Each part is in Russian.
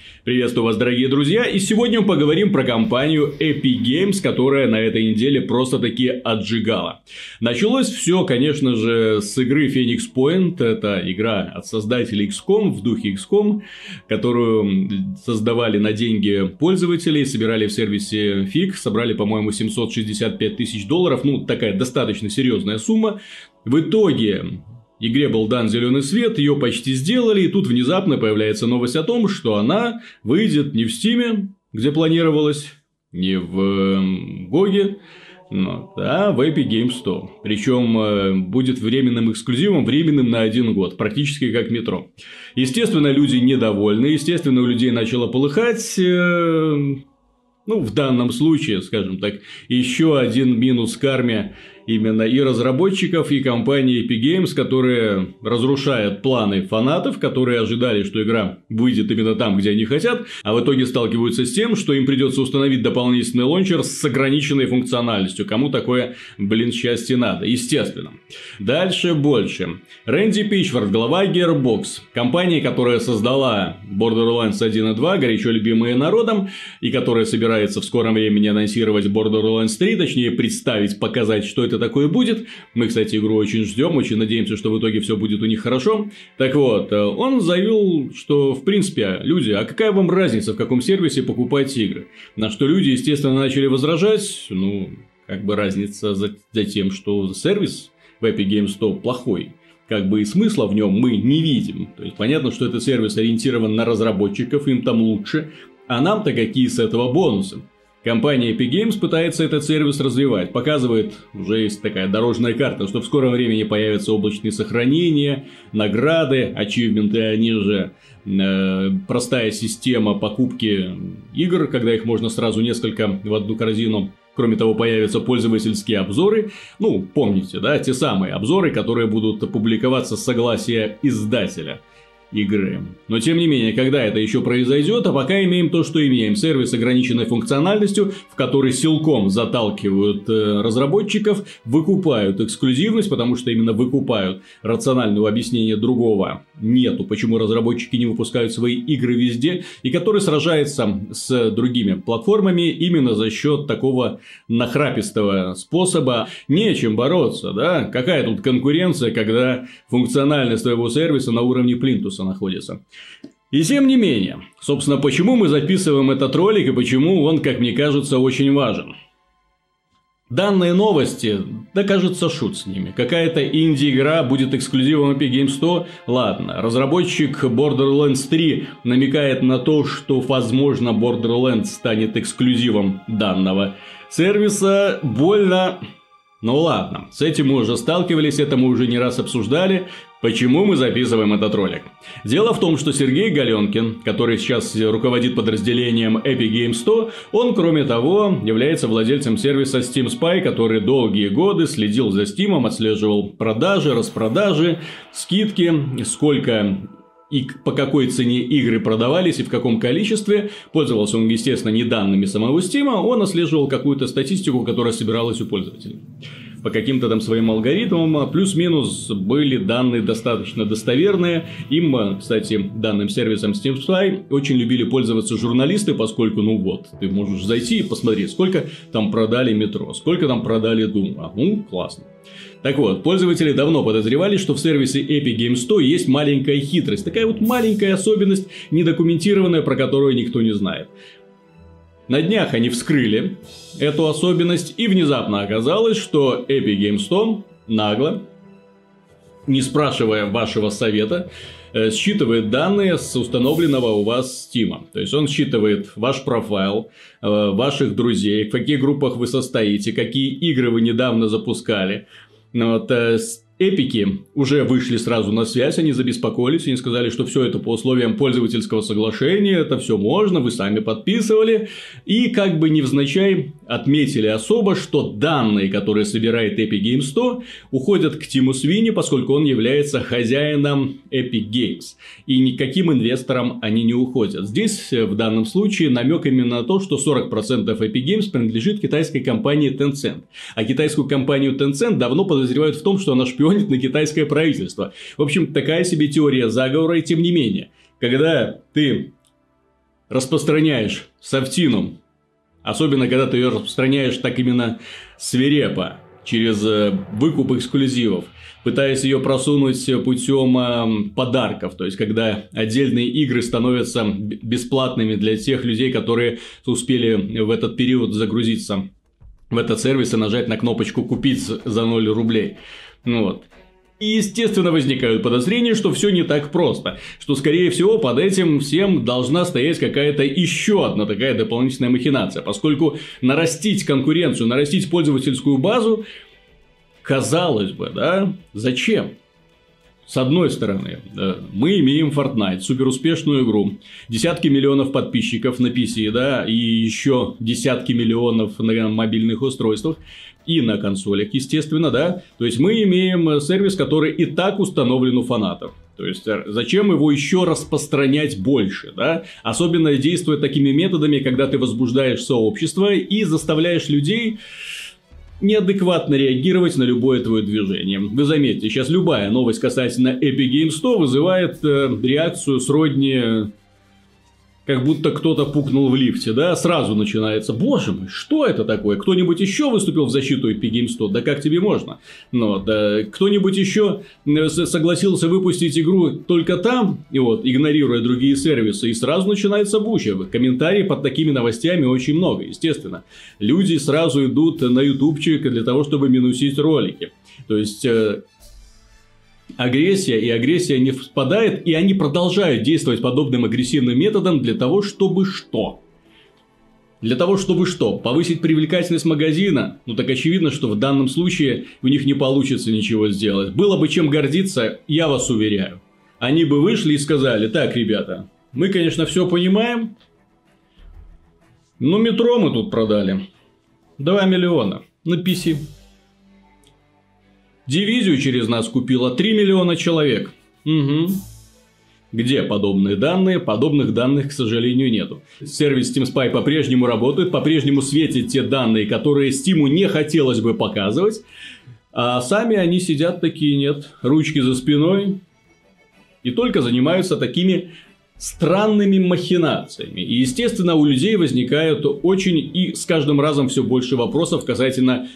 Приветствую вас, дорогие друзья, и сегодня мы поговорим про компанию Epic Games, которая на этой неделе просто-таки отжигала. Началось все, конечно же, с игры Phoenix Point, это игра от создателей XCOM, в духе XCOM, которую создавали на деньги пользователей, собирали в сервисе FIG, собрали, по-моему, $765 тысяч, ну, такая достаточно серьезная сумма. В итоге игре был дан зеленый свет, ее почти сделали, и тут внезапно появляется новость о том, что она выйдет не в Steam, где планировалось, не в GOG, а в Epic Games Store. Причем будет временным эксклюзивом, временным на 1 год, практически как метро. Естественно, люди недовольны, естественно, у людей начало полыхать. Ну, в данном случае, скажем так, еще один минус карме именно и разработчиков, и компании Epic Games, которые разрушают планы фанатов, которые ожидали, что игра выйдет именно там, где они хотят, а в итоге сталкиваются с тем, что им придется установить дополнительный лончер с ограниченной функциональностью. Кому такое, счастье надо? Естественно. Дальше больше. Рэнди Пичфорд, глава Gearbox, компания, которая создала Borderlands 1 и 2, горячо любимые народом, и которая собирается в скором времени анонсировать Borderlands 3, точнее представить, показать, что это такое будет. Мы, кстати, игру очень ждем, очень надеемся, что в итоге все будет у них хорошо. Так вот, он заявил, что, в принципе, люди, а какая вам разница, в каком сервисе покупать игры? На что люди, естественно, начали возражать, разница за тем, что сервис в Epic Games Store плохой. И смысла в нем мы не видим. То есть, понятно, что этот сервис ориентирован на разработчиков, им там лучше, а нам-то какие с этого бонусы? Компания Epic Games пытается этот сервис развивать, показывает, уже есть такая дорожная карта, что в скором времени появятся облачные сохранения, награды, ачивменты, они же простая система покупки игр, когда их можно сразу несколько в одну корзину. Кроме того, появятся пользовательские обзоры. Помните, да, те самые обзоры, которые будут публиковаться с согласия издателя игры. Но тем не менее, когда это еще произойдет, а пока имеем то, что имеем. Сервис с ограниченной функциональностью, в который силком заталкивают разработчиков, выкупают эксклюзивность, потому что именно выкупают. Рационального объяснения другого нету, почему разработчики не выпускают свои игры везде, и который сражается с другими платформами именно за счет такого нахрапистого способа. Нечем бороться, да? Какая тут конкуренция, когда функциональность твоего сервиса на уровне плинтуса находится. И тем не менее, собственно, почему мы записываем этот ролик и почему он, как мне кажется, очень важен. Данные новости, да кажется, шут с ними. Какая-то инди-игра будет эксклюзивом Epic Games 100. Ладно, разработчик Borderlands 3 намекает на то, что, возможно, Borderlands станет эксклюзивом данного сервиса. Больно. Ну ладно, с этим мы уже сталкивались, это мы уже не раз обсуждали. Почему мы записываем этот ролик? Дело в том, что Сергей Галенкин, который сейчас руководит подразделением Epic Games 100, он, кроме того, является владельцем сервиса Steam Spy, который долгие годы следил за Steam, отслеживал продажи, распродажи, скидки, сколько и по какой цене игры продавались и в каком количестве. Пользовался он, естественно, не данными самого Steam, он отслеживал какую-то статистику, которая собиралась у пользователей. По каким-то там своим алгоритмам, плюс-минус были данные достаточно достоверные. Им, кстати, данным сервисом Steam Spy очень любили пользоваться журналисты, поскольку, ты можешь зайти и посмотреть, сколько там продали метро, сколько там продали Doom. Классно. Так вот, пользователи давно подозревали, что в сервисе Epic Games 100 есть маленькая хитрость. Такая вот маленькая особенность, недокументированная, про которую никто не знает. На днях они вскрыли эту особенность, и внезапно оказалось, что Epic Games 100 нагло, не спрашивая вашего совета, считывает данные с установленного у вас Steam. То есть он считывает ваш профайл, ваших друзей, в каких группах вы состоите, какие игры вы недавно запускали. Эпики уже вышли сразу на связь, они забеспокоились, они сказали, что все это по условиям пользовательского соглашения, это все можно, вы сами подписывали. И невзначай отметили особо, что данные, которые собирает Epic Games 100, уходят к Тиму Свини, поскольку он является хозяином Epic Games. И никаким инвесторам они не уходят. Здесь, в данном случае, намек именно на то, что 40% Epic Games принадлежит китайской компании Tencent. А китайскую компанию Tencent давно подозревают в том, что она шпионит на китайское правительство. В общем, такая себе теория заговора, и тем не менее. Когда ты распространяешь с Автином, особенно когда ты ее распространяешь так именно свирепо, через выкуп эксклюзивов, пытаясь ее просунуть путем подарков, то есть когда отдельные игры становятся бесплатными для тех людей, которые успели в этот период загрузиться в этот сервис и нажать на кнопочку «Купить» за 0 рублей. Вот. И, естественно, возникают подозрения, что все не так просто, что, скорее всего, под этим всем должна стоять какая-то еще одна такая дополнительная махинация, поскольку нарастить конкуренцию, нарастить пользовательскую базу, казалось бы, да, зачем? С одной стороны, мы имеем Fortnite, суперуспешную игру, десятки миллионов подписчиков на PC, да, и еще десятки миллионов на мобильных устройствах и на консолях, естественно, да. То есть мы имеем сервис, который и так установлен у фанатов. То есть зачем его еще распространять больше, да? Особенно действуя такими методами, когда ты возбуждаешь сообщество и заставляешь людей неадекватно реагировать на любое твое движение. Вы заметите, сейчас любая новость касательно Epic Games 100 вызывает реакцию сродни, как будто кто-то пукнул в лифте, да, сразу начинается: боже мой, что это такое? Кто-нибудь еще выступил в защиту Epic Games 100? Да как тебе можно? Ну, да, кто-нибудь еще согласился выпустить игру только там, и вот, игнорируя другие сервисы, и сразу начинается буча. Комментариев под такими новостями очень много, естественно. Люди сразу идут на ютубчик для того, чтобы минусить ролики. То есть агрессия не впадает, и они продолжают действовать подобным агрессивным методом для того, чтобы что? Для того, чтобы что? Повысить привлекательность магазина? Ну так очевидно, что в данном случае у них не получится ничего сделать. Было бы чем гордиться, я вас уверяю. Они бы вышли и сказали: так, ребята, мы, конечно, все понимаем, но метро мы тут продали 2 миллиона на PC. Дивизию через нас купило 3 миллиона человек. Угу. Где подобные данные? Подобных данных, к сожалению, нету. Сервис Steam Spy по-прежнему работает, по-прежнему светит те данные, которые Steam не хотелось бы показывать. А сами они сидят такие: нет, ручки за спиной. И только занимаются такими странными махинациями. И, естественно, у людей возникают очень и с каждым разом все больше вопросов касательно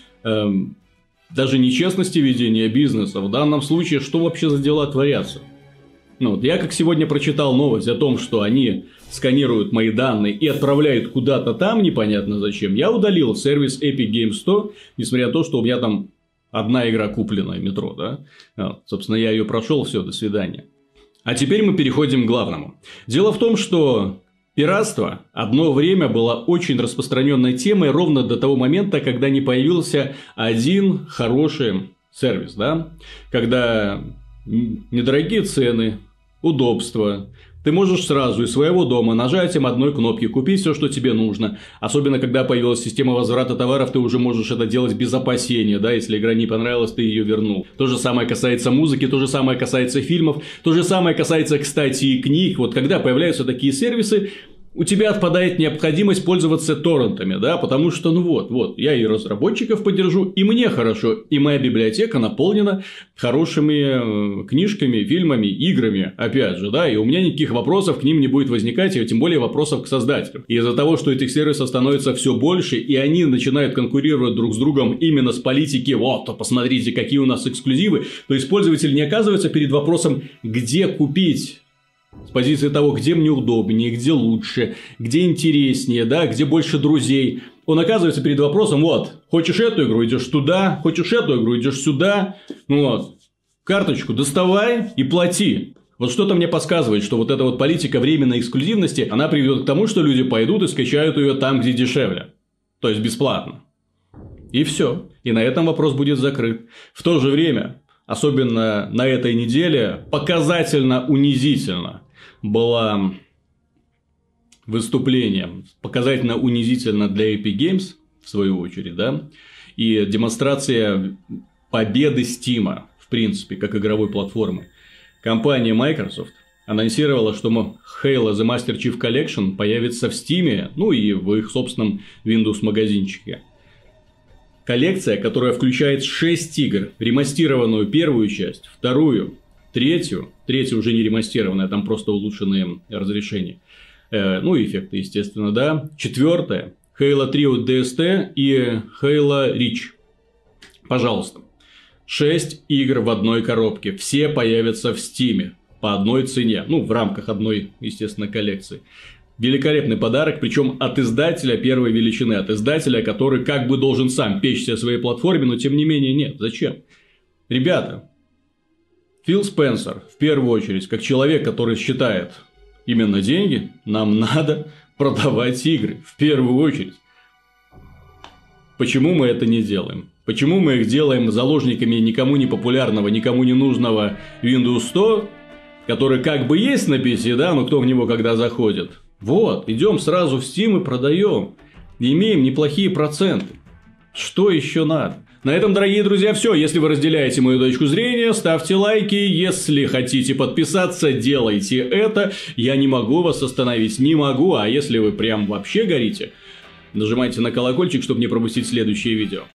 даже нечестности ведения бизнеса. В данном случае, что вообще за дела творятся? Ну, вот я как сегодня прочитал новость о том, что они сканируют мои данные и отправляют куда-то там, непонятно зачем, я удалил сервис Epic Games 100, несмотря на то, что у меня там одна игра куплена, метро, да? Вот, собственно, я ее прошел, все, до свидания. А теперь мы переходим к главному. Дело в том, что пиратство одно время было очень распространенной темой ровно до того момента, когда не появился один хороший сервис, да? Когда недорогие цены, удобство. Ты можешь сразу из своего дома нажатием одной кнопки купить все, что тебе нужно. Особенно, когда появилась система возврата товаров, ты уже можешь это делать без опасения, да, если игра не понравилась, ты ее вернул. То же самое касается музыки, то же самое касается фильмов, то же самое касается, кстати, и книг. Вот когда появляются такие сервисы, у тебя отпадает необходимость пользоваться торрентами, да, потому что, ну вот, я и разработчиков поддержу, и мне хорошо, и моя библиотека наполнена хорошими книжками, фильмами, играми, опять же, да, и у меня никаких вопросов к ним не будет возникать, и тем более вопросов к создателям. И из-за того, что этих сервисов становится все больше, и они начинают конкурировать друг с другом именно с политики: вот, посмотрите, какие у нас эксклюзивы, то есть пользователь не оказывается перед вопросом, где купить. С позиции того, где мне удобнее, где лучше, где интереснее, да, где больше друзей. Он оказывается перед вопросом: вот, хочешь эту игру, идешь туда, хочешь эту игру, идешь сюда. Ну вот, карточку доставай и плати. Вот что-то мне подсказывает, что вот эта вот политика временной эксклюзивности, она приведет к тому, что люди пойдут и скачают ее там, где дешевле. То есть бесплатно. И все. И на этом вопрос будет закрыт. В то же время, особенно на этой неделе, показательно унизительно было выступление, показательно унизительно для Epic Games, в свою очередь, да, и демонстрация победы Steam, в принципе, как игровой платформы. Компания Microsoft анонсировала, что Halo The Master Chief Collection появится в Steam, ну и в их собственном Windows магазинчике. Коллекция, которая включает 6 игр, ремастированную первую часть, вторую, третью уже не ремастированная, там просто улучшенные разрешения, Ну, эффекты, естественно, да. Четвертое. Halo 3 от DST и Halo Reach. Пожалуйста. 6 игр в одной коробке. Все появятся в Steam. По одной цене. Ну, в рамках одной, естественно, коллекции. Великолепный подарок, причем от издателя первой величины. От издателя, который как бы должен сам печься о своей платформе, но тем не менее нет. Зачем? Ребята, Фил Спенсер, в первую очередь, как человек, который считает именно деньги, нам надо продавать игры. В первую очередь. Почему мы это не делаем? Почему мы их делаем заложниками никому не популярного, никому не нужного Windows 100, который как бы есть на PC, да, но кто в него когда заходит? Вот, идем сразу в Steam и продаем. Имеем неплохие проценты. Что еще надо? На этом, дорогие друзья, все. Если вы разделяете мою точку зрения, ставьте лайки. Если хотите подписаться, делайте это. Я не могу вас остановить, не могу. А если вы прям вообще горите, нажимайте на колокольчик, чтобы не пропустить следующее видео.